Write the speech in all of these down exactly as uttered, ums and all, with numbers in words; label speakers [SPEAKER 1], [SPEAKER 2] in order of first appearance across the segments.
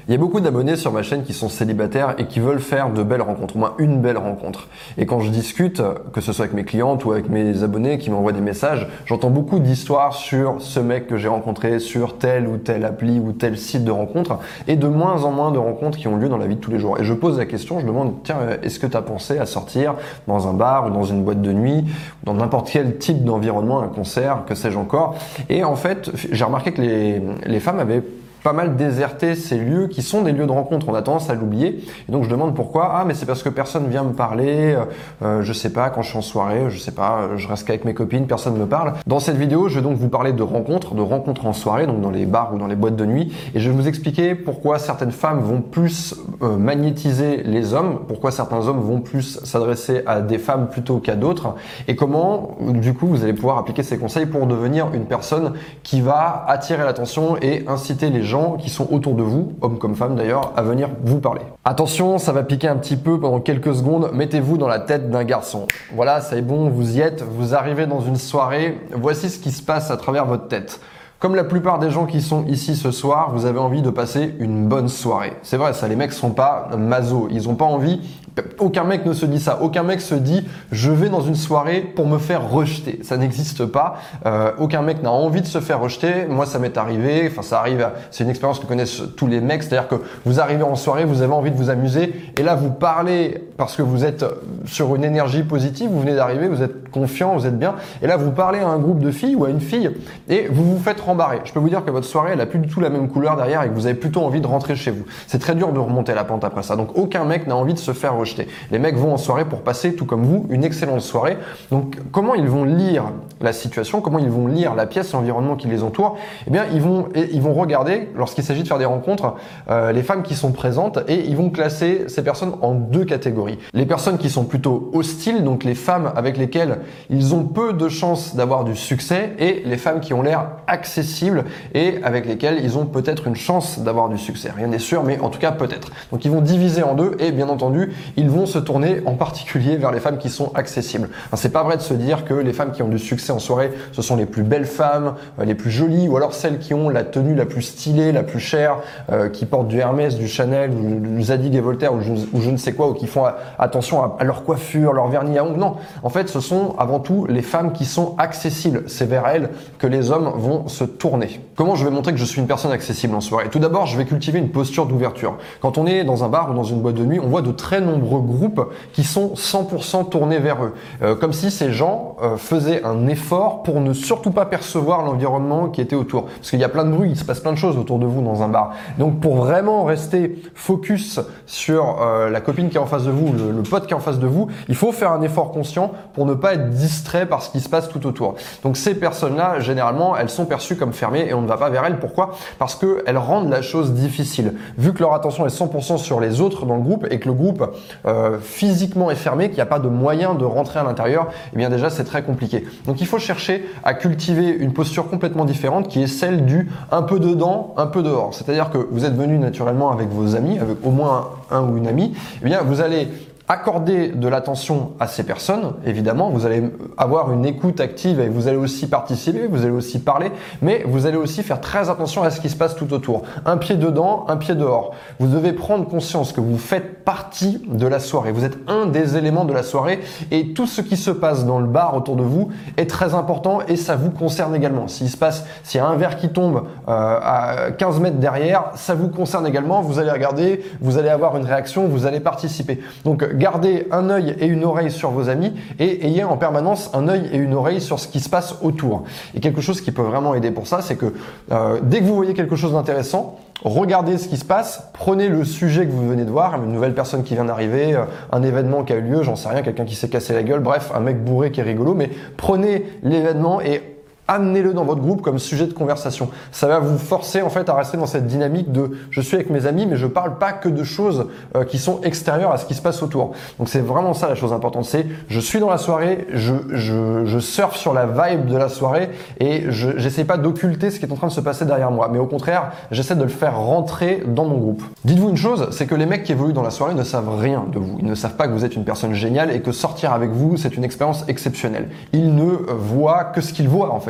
[SPEAKER 1] Il y a beaucoup d'abonnés sur ma chaîne qui sont célibataires et qui veulent faire de belles rencontres, au moins une belle rencontre. Et quand je discute, que ce soit avec mes clientes ou avec mes abonnés qui m'envoient des messages, j'entends beaucoup d'histoires sur ce mec que j'ai rencontré sur telle ou telle appli ou tel site de rencontre et de moins en moins de rencontres qui ont lieu dans la vie de tous les jours. Et je pose la question, je demande, tiens, est-ce que tu as pensé à sortir dans un bar ou dans une boîte de nuit, ou dans n'importe quel type d'environnement, un concert, que sais-je encore? Et en fait, j'ai remarqué que les, les femmes avaient pas mal déserté ces lieux qui sont des lieux de rencontre. On a tendance à l'oublier. Et donc je demande pourquoi. Ah, mais c'est parce que personne vient me parler. Euh, je sais pas, quand je suis en soirée, je sais pas, je reste qu'avec mes copines, personne me parle. Dans cette vidéo, je vais donc vous parler de rencontres, de rencontres en soirée, donc dans les bars ou dans les boîtes de nuit. Et je vais vous expliquer pourquoi certaines femmes vont plus euh, magnétiser les hommes, pourquoi certains hommes vont plus s'adresser à des femmes plutôt qu'à d'autres, et comment, du coup, vous allez pouvoir appliquer ces conseils pour devenir une personne qui va attirer l'attention et inciter les gens qui sont autour de vous, hommes comme femmes d'ailleurs, à venir vous parler. Attention, ça va piquer un petit peu pendant quelques secondes, mettez-vous dans la tête d'un garçon. Voilà, ça est bon, vous y êtes, vous arrivez dans une soirée, voici ce qui se passe à travers votre tête. Comme la plupart des gens qui sont ici ce soir, vous avez envie de passer une bonne soirée. C'est vrai, ça, les mecs sont pas maso, ils ont pas envie. Aucun mec ne se dit ça. Aucun mec se dit je vais dans une soirée pour me faire rejeter. Ça n'existe pas. Euh, aucun mec n'a envie de se faire rejeter. Moi, ça m'est arrivé. Enfin, ça arrive. À... C'est une expérience que connaissent tous les mecs. C'est-à-dire que vous arrivez en soirée, vous avez envie de vous amuser, et là vous parlez parce que vous êtes sur une énergie positive. Vous venez d'arriver, vous êtes confiant, vous êtes bien, et là vous parlez à un groupe de filles ou à une fille et vous vous faites rembarrer. Je peux vous dire que votre soirée, elle a plus du tout la même couleur derrière et que vous avez plutôt envie de rentrer chez vous. C'est très dur de remonter la pente après ça. Donc aucun mec n'a envie de se faire rejeter. Les mecs vont en soirée pour passer, tout comme vous, une excellente soirée. Donc, comment ils vont lire la situation, comment ils vont lire la pièce, l'environnement qui les entoure? Eh bien, ils vont, ils vont regarder, lorsqu'il s'agit de faire des rencontres, euh, les femmes qui sont présentes, et ils vont classer ces personnes en deux catégories. Les personnes qui sont plutôt hostiles, donc les femmes avec lesquelles ils ont peu de chances d'avoir du succès, et les femmes qui ont l'air accessibles et avec lesquelles ils ont peut-être une chance d'avoir du succès. Rien n'est sûr, mais en tout cas peut-être. Donc, ils vont diviser en deux, et bien entendu, ils vont se tourner en particulier vers les femmes qui sont accessibles. Enfin, c'est pas vrai de se dire que les femmes qui ont du succès en soirée, ce sont les plus belles femmes, euh, les plus jolies, ou alors celles qui ont la tenue la plus stylée, la plus chère, euh, qui portent du Hermès, du Chanel, du Zadig et Voltaire, ou je, ou je ne sais quoi, ou qui font a, attention à, à leur coiffure, leur vernis à ongles. Non, en fait, ce sont avant tout les femmes qui sont accessibles. C'est vers elles que les hommes vont se tourner. Comment je vais montrer que je suis une personne accessible en soirée? Tout d'abord, je vais cultiver une posture d'ouverture. Quand on est dans un bar ou dans une boîte de nuit, on voit de très nombreux groupes qui sont cent pour cent tournés vers eux. Euh, comme si ces gens euh, faisaient un effort pour ne surtout pas percevoir l'environnement qui était autour. Parce qu'il y a plein de bruit, il se passe plein de choses autour de vous dans un bar. Donc pour vraiment rester focus sur euh, la copine qui est en face de vous, le, le pote qui est en face de vous, il faut faire un effort conscient pour ne pas être distrait par ce qui se passe tout autour. Donc ces personnes-là, généralement, elles sont perçues comme fermées et on ne va pas vers elles. Pourquoi? Parce qu'elles rendent la chose difficile. Vu que leur attention est cent pour cent sur les autres dans le groupe et que le groupe euh, physiquement est fermé, qu'il n'y a pas de moyen de rentrer à l'intérieur, eh bien déjà c'est très compliqué. Donc il faut chercher à cultiver une posture complètement différente qui est celle du un peu dedans, un peu dehors. C'est-à-dire que vous êtes venu naturellement avec vos amis, avec au moins un, un ou une amie, eh bien vous allez accorder de l'attention à ces personnes, évidemment, vous allez avoir une écoute active et vous allez aussi participer, vous allez aussi parler, mais vous allez aussi faire très attention à ce qui se passe tout autour. Un pied dedans, un pied dehors. Vous devez prendre conscience que vous faites partie de la soirée. Vous êtes un des éléments de la soirée et tout ce qui se passe dans le bar autour de vous est très important et ça vous concerne également. S'il se passe, s'il y a un verre qui tombe euh, à quinze mètres derrière, ça vous concerne également. Vous allez regarder, vous allez avoir une réaction, vous allez participer. Donc, gardez un œil et une oreille sur vos amis et ayez en permanence un œil et une oreille sur ce qui se passe autour. Et quelque chose qui peut vraiment aider pour ça, c'est que euh, dès que vous voyez quelque chose d'intéressant, regardez ce qui se passe, prenez le sujet que vous venez de voir, une nouvelle personne qui vient d'arriver, euh, un événement qui a eu lieu, j'en sais rien, quelqu'un qui s'est cassé la gueule, bref, un mec bourré qui est rigolo, mais prenez l'événement et amenez-le dans votre groupe comme sujet de conversation. Ça va vous forcer en fait à rester dans cette dynamique de je suis avec mes amis mais je parle pas que de choses euh, qui sont extérieures à ce qui se passe autour. Donc c'est vraiment ça la chose importante, c'est je suis dans la soirée, je, je, je surfe sur la vibe de la soirée et je j'essaie pas d'occulter ce qui est en train de se passer derrière moi, mais au contraire j'essaie de le faire rentrer dans mon groupe. Dites-vous une chose, c'est que les mecs qui évoluent dans la soirée ne savent rien de vous. Ils ne savent pas que vous êtes une personne géniale et que sortir avec vous c'est une expérience exceptionnelle. Ils ne voient que ce qu'ils voient en fait.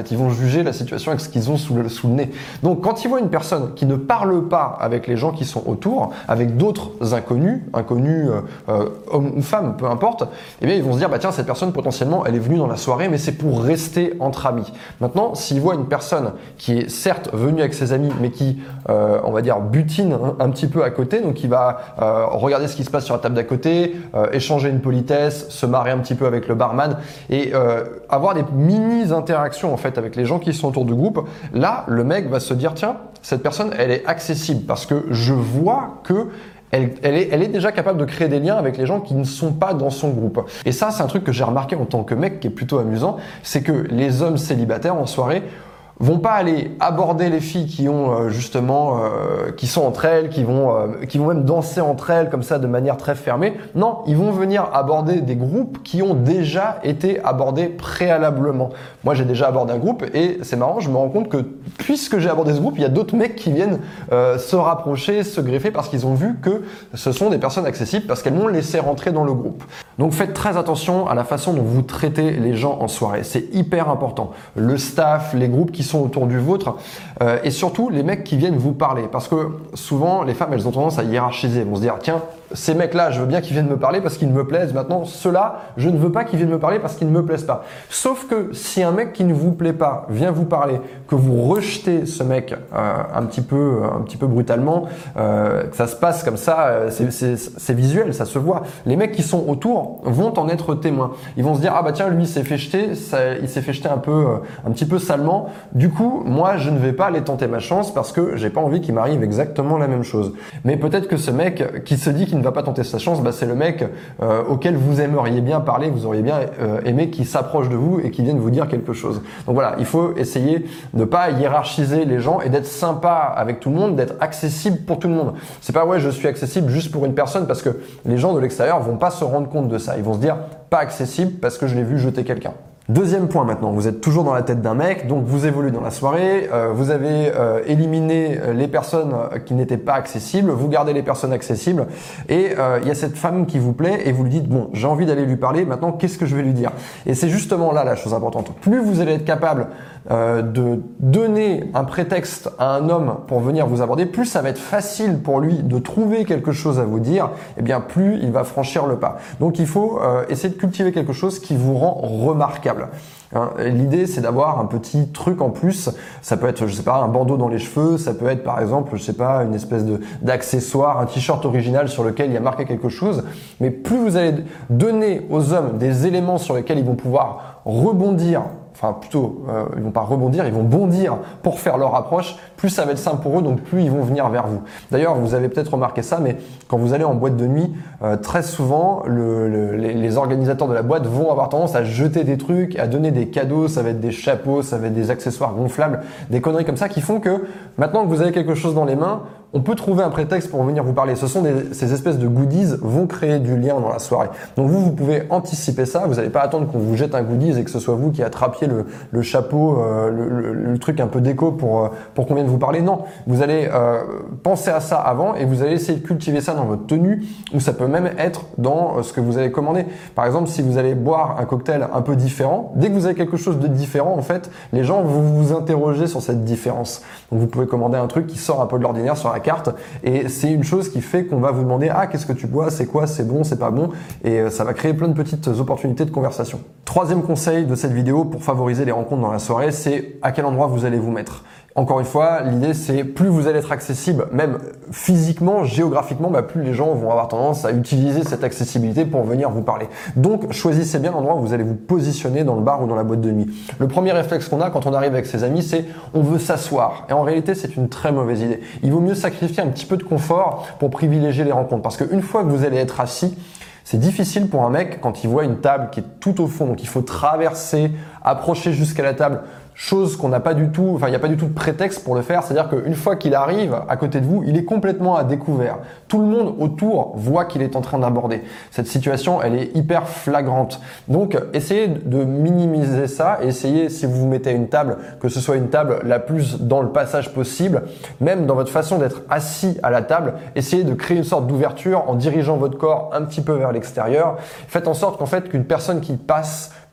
[SPEAKER 1] fait. Ils vont juger la situation avec ce qu'ils ont sous le, sous le nez. Donc quand ils voient une personne qui ne parle pas avec les gens qui sont autour, avec d'autres inconnus, inconnus euh, euh, hommes ou femmes, peu importe, eh bien ils vont se dire bah tiens, cette personne potentiellement elle est venue dans la soirée, mais c'est pour rester entre amis. Maintenant, s'ils voient une personne qui est certes venue avec ses amis, mais qui euh, on va dire butine un, un petit peu à côté, donc il va euh, regarder ce qui se passe sur la table d'à côté, euh, échanger une politesse, se marrer un petit peu avec le barman et euh, avoir des mini interactions en fait avec les gens qui sont autour du groupe. Là, le mec va se dire tiens, cette personne elle est accessible parce que je vois que Elle, elle, est, elle est déjà capable de créer des liens avec les gens qui ne sont pas dans son groupe. Et ça, c'est un truc que j'ai remarqué en tant que mec qui est plutôt amusant, c'est que les hommes célibataires en soirée vont pas aller aborder les filles qui ont euh, justement euh, qui sont entre elles, qui vont euh, qui vont même danser entre elles comme ça de manière très fermée. Non, ils vont venir aborder des groupes qui ont déjà été abordés préalablement. Moi, j'ai déjà abordé un groupe et c'est marrant, je me rends compte que puisque j'ai abordé ce groupe, il y a d'autres mecs qui viennent euh, se rapprocher, se greffer parce qu'ils ont vu que ce sont des personnes accessibles parce qu'elles m'ont laissé rentrer dans le groupe. Donc faites très attention à la façon dont vous traitez les gens en soirée, c'est hyper important. Le staff, les groupes qui sont autour du vôtre euh, et surtout les mecs qui viennent vous parler parce que souvent les femmes elles ont tendance à hiérarchiser, elles vont se dire tiens ces mecs-là je veux bien qu'ils viennent me parler parce qu'ils me plaisent, maintenant ceux-là je ne veux pas qu'ils viennent me parler parce qu'ils ne me plaisent pas. Sauf que si un mec qui ne vous plaît pas vient vous parler, que vous rejetez ce mec euh, un petit peu un petit peu brutalement, euh, que ça se passe comme ça, euh, c'est, c'est, c'est visuel, ça se voit. Les mecs qui sont autour vont en être témoins. Ils vont se dire ah bah tiens lui il s'est fait jeter, ça, il s'est fait jeter un peu euh, un petit peu salement. Du coup, moi, je ne vais pas aller tenter ma chance parce que j'ai pas envie qu'il m'arrive exactement la même chose. Mais peut-être que ce mec qui se dit qu'il ne va pas tenter sa chance, bah, c'est le mec euh, auquel vous aimeriez bien parler, vous auriez bien euh, aimé qu'il s'approche de vous et qu'il vienne vous dire quelque chose. Donc voilà, il faut essayer de pas hiérarchiser les gens et d'être sympa avec tout le monde, d'être accessible pour tout le monde. C'est pas ouais, je suis accessible juste pour une personne parce que les gens de l'extérieur vont pas se rendre compte de ça. Ils vont se dire pas accessible parce que je l'ai vu jeter quelqu'un. Deuxième point maintenant, vous êtes toujours dans la tête d'un mec, donc vous évoluez dans la soirée, euh, vous avez euh, éliminé les personnes qui n'étaient pas accessibles, vous gardez les personnes accessibles et euh, il y a cette femme qui vous plaît et vous lui dites bon, j'ai envie d'aller lui parler, maintenant qu'est-ce que je vais lui dire? Et c'est justement là la chose importante. Plus vous allez être capable euh, de donner un prétexte à un homme pour venir vous aborder, plus ça va être facile pour lui de trouver quelque chose à vous dire, et bien plus il va franchir le pas. Donc il faut euh, essayer de cultiver quelque chose qui vous rend remarquable. Hein, l'idée c'est d'avoir un petit truc en plus, ça peut être je sais pas un bandeau dans les cheveux, ça peut être par exemple je sais pas une espèce de d'accessoire, un t-shirt original sur lequel il y a marqué quelque chose, mais plus vous allez donner aux hommes des éléments sur lesquels ils vont pouvoir rebondir, enfin plutôt euh, ils vont pas rebondir, ils vont bondir pour faire leur approche, plus ça va être simple pour eux, donc plus ils vont venir vers vous. D'ailleurs vous avez peut-être remarqué ça, mais quand vous allez en boîte de nuit, euh, très souvent le, le, les, les organisateurs de la boîte vont avoir tendance à jeter des trucs, à donner des cadeaux, ça va être des chapeaux, ça va être des accessoires gonflables, des conneries comme ça qui font que maintenant que vous avez quelque chose dans les mains, on peut trouver un prétexte pour venir vous parler. Ce sont des, ces espèces de goodies vont créer du lien dans la soirée. Donc vous, vous pouvez anticiper ça. Vous n'allez pas attendre qu'on vous jette un goodies et que ce soit vous qui attrapiez le, le chapeau, euh, le, le, le truc un peu déco pour, pour qu'on vienne vous parler. Non, vous allez euh, penser à ça avant et vous allez essayer de cultiver ça dans votre tenue ou ça peut même être dans ce que vous allez commander. Par exemple, si vous allez boire un cocktail un peu différent, dès que vous avez quelque chose de différent, en fait, les gens vont vous interroger sur cette différence. Donc vous pouvez commander un truc qui sort un peu de l'ordinaire sur la carte et c'est une chose qui fait qu'on va vous demander ah qu'est-ce que tu bois, c'est quoi, c'est bon, c'est pas bon et ça va créer plein de petites opportunités de conversation. Troisième conseil de cette vidéo pour favoriser les rencontres dans la soirée, c'est à quel endroit vous allez vous mettre. Encore une fois, l'idée c'est plus vous allez être accessible, même physiquement, géographiquement, bah, plus les gens vont avoir tendance à utiliser cette accessibilité pour venir vous parler. Donc choisissez bien l'endroit où vous allez vous positionner dans le bar ou dans la boîte de nuit. Le premier réflexe qu'on a quand on arrive avec ses amis, c'est on veut s'asseoir. Et en réalité, c'est une très mauvaise idée. Il vaut mieux sacrifier un petit peu de confort pour privilégier les rencontres. Parce qu'une fois que vous allez être assis, c'est difficile pour un mec quand il voit une table qui est tout au fond, donc il faut traverser, approcher jusqu'à la table. Chose qu'on n'a pas du tout, enfin il n'y a pas du tout de prétexte pour le faire, c'est-à-dire qu'une fois qu'il arrive à côté de vous, il est complètement à découvert. Tout le monde autour voit qu'il est en train d'aborder. Cette situation, elle est hyper flagrante. Donc essayez de minimiser ça et essayez, si vous vous mettez à une table, que ce soit une table la plus dans le passage possible, même dans votre façon d'être assis à la table, essayez de créer une sorte d'ouverture en dirigeant votre corps un petit peu vers l'extérieur. Faites en sorte qu'en fait qu'une personne qui passe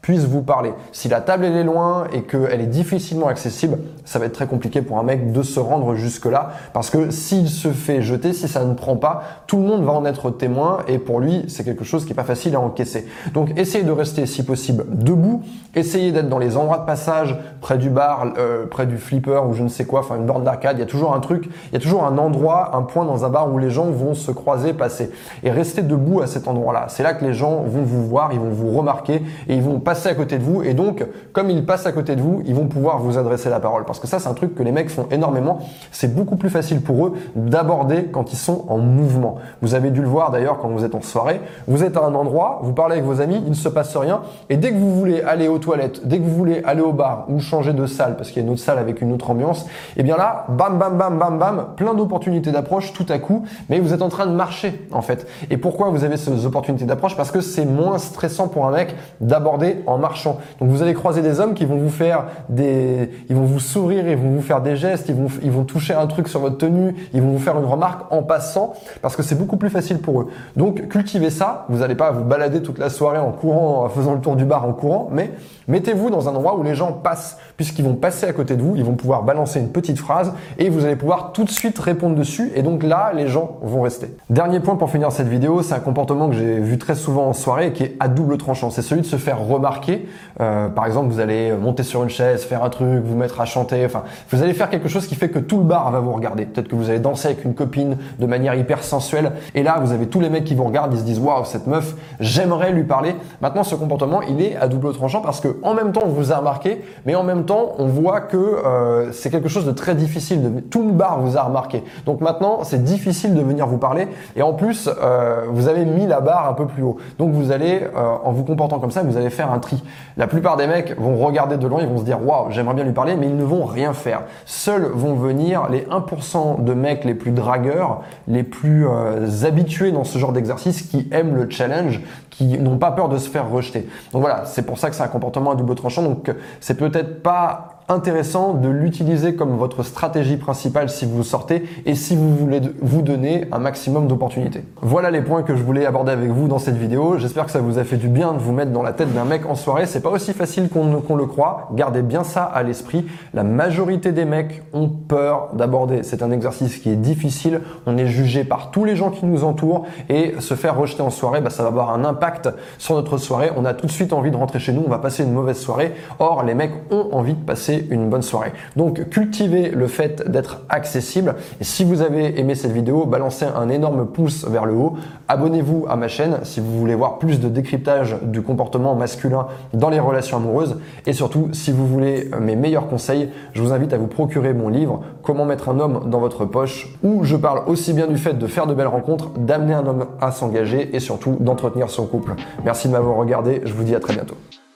[SPEAKER 1] puisse vous parler. Si la table elle est loin et qu'elle est difficilement accessible, ça va être très compliqué pour un mec de se rendre jusque-là, parce que s'il se fait jeter, si ça ne prend pas, tout le monde va en être témoin et pour lui, c'est quelque chose qui n'est pas facile à encaisser. Donc essayez de rester si possible debout, essayez d'être dans les endroits de passage, près du bar, euh, près du flipper ou je ne sais quoi, enfin une borne d'arcade, il y a toujours un truc, il y a toujours un endroit, un point dans un bar où les gens vont se croiser, passer. Et restez debout à cet endroit-là. C'est là que les gens vont vous voir, ils vont vous remarquer et ils vont passer à côté de vous. Et donc, comme ils passent à côté de vous, ils vont pouvoir vous adresser la parole. Parce que ça, c'est un truc que les mecs font énormément. C'est beaucoup plus facile pour eux d'aborder quand ils sont en mouvement. Vous avez dû le voir d'ailleurs quand vous êtes en soirée. Vous êtes à un endroit, vous parlez avec vos amis, il ne se passe rien. Et dès que vous voulez aller aux toilettes, dès que vous voulez aller au bar ou changer de salle, parce qu'il y a une autre salle avec une autre ambiance, et bien là, bam, bam, bam, bam, bam, plein d'opportunités d'approche tout à coup, mais vous êtes en train de marcher en fait. Et pourquoi vous avez ces opportunités d'approche? Parce que c'est moins stressant pour un mec d'aborder en marchant. Donc vous allez croiser des hommes qui vont vous faire des, ils vont vous sourire, ils vont vous faire des gestes, ils vont, ils vont toucher un truc sur votre tenue, ils vont vous faire une remarque en passant, parce que c'est beaucoup plus facile pour eux. Donc cultivez ça. Vous n'allez pas vous balader toute la soirée en courant, en faisant le tour du bar en courant, mais mettez-vous dans un endroit où les gens passent, puisqu'ils vont passer à côté de vous, ils vont pouvoir balancer une petite phrase et vous allez pouvoir tout de suite répondre dessus. Et donc là, les gens vont rester. Dernier point pour finir cette vidéo, c'est un comportement que j'ai vu très souvent en soirée et qui est à double tranchant. C'est celui de se faire remarquer. Euh, par exemple, vous allez monter sur une chaise, faire un truc, vous mettre à chanter. Enfin, vous allez faire quelque chose qui fait que tout le bar va vous regarder. Peut-être que vous allez danser avec une copine de manière hyper sensuelle. Et là, vous avez tous les mecs qui vous regardent, ils se disent waouh, cette meuf, j'aimerais lui parler. Maintenant, ce comportement, il est à double tranchant parce que en même temps, on vous a remarqué, mais en même temps, on voit que euh, c'est quelque chose de très difficile. De... Tout le bar vous a remarqué. Donc maintenant, c'est difficile de venir vous parler. Et en plus, euh, vous avez mis la barre un peu plus haut. Donc vous allez, euh, en vous comportant comme ça, vous allez faire un tri. La plupart des mecs vont regarder de loin, ils vont se dire waouh, j'aimerais bien lui parler, mais ils ne vont rien faire. Seuls vont venir les un pour cent de mecs les plus dragueurs, les plus euh, habitués dans ce genre d'exercice, qui aiment le challenge, qui n'ont pas peur de se faire rejeter. Donc voilà, c'est pour ça que c'est un comportement à double tranchant. Donc c'est peut-être pas intéressant de l'utiliser comme votre stratégie principale si vous sortez et si vous voulez vous donner un maximum d'opportunités. Voilà les points que je voulais aborder avec vous dans cette vidéo. J'espère que ça vous a fait du bien de vous mettre dans la tête d'un mec en soirée. C'est pas aussi facile qu'on qu'on le croit. Gardez bien ça à l'esprit. La majorité des mecs ont peur d'aborder. C'est un exercice qui est difficile. On est jugé par tous les gens qui nous entourent et se faire rejeter en soirée, bah, ça va avoir un impact sur notre soirée. On a tout de suite envie de rentrer chez nous. On va passer une mauvaise soirée. Or, les mecs ont envie de passer une bonne soirée. Donc cultivez le fait d'être accessible et si vous avez aimé cette vidéo, balancez un énorme pouce vers le haut, abonnez-vous à ma chaîne si vous voulez voir plus de décryptage du comportement masculin dans les relations amoureuses et surtout si vous voulez mes meilleurs conseils, je vous invite à vous procurer mon livre Comment mettre un homme dans votre poche où je parle aussi bien du fait de faire de belles rencontres, d'amener un homme à s'engager et surtout d'entretenir son couple. Merci de m'avoir regardé, je vous dis à très bientôt.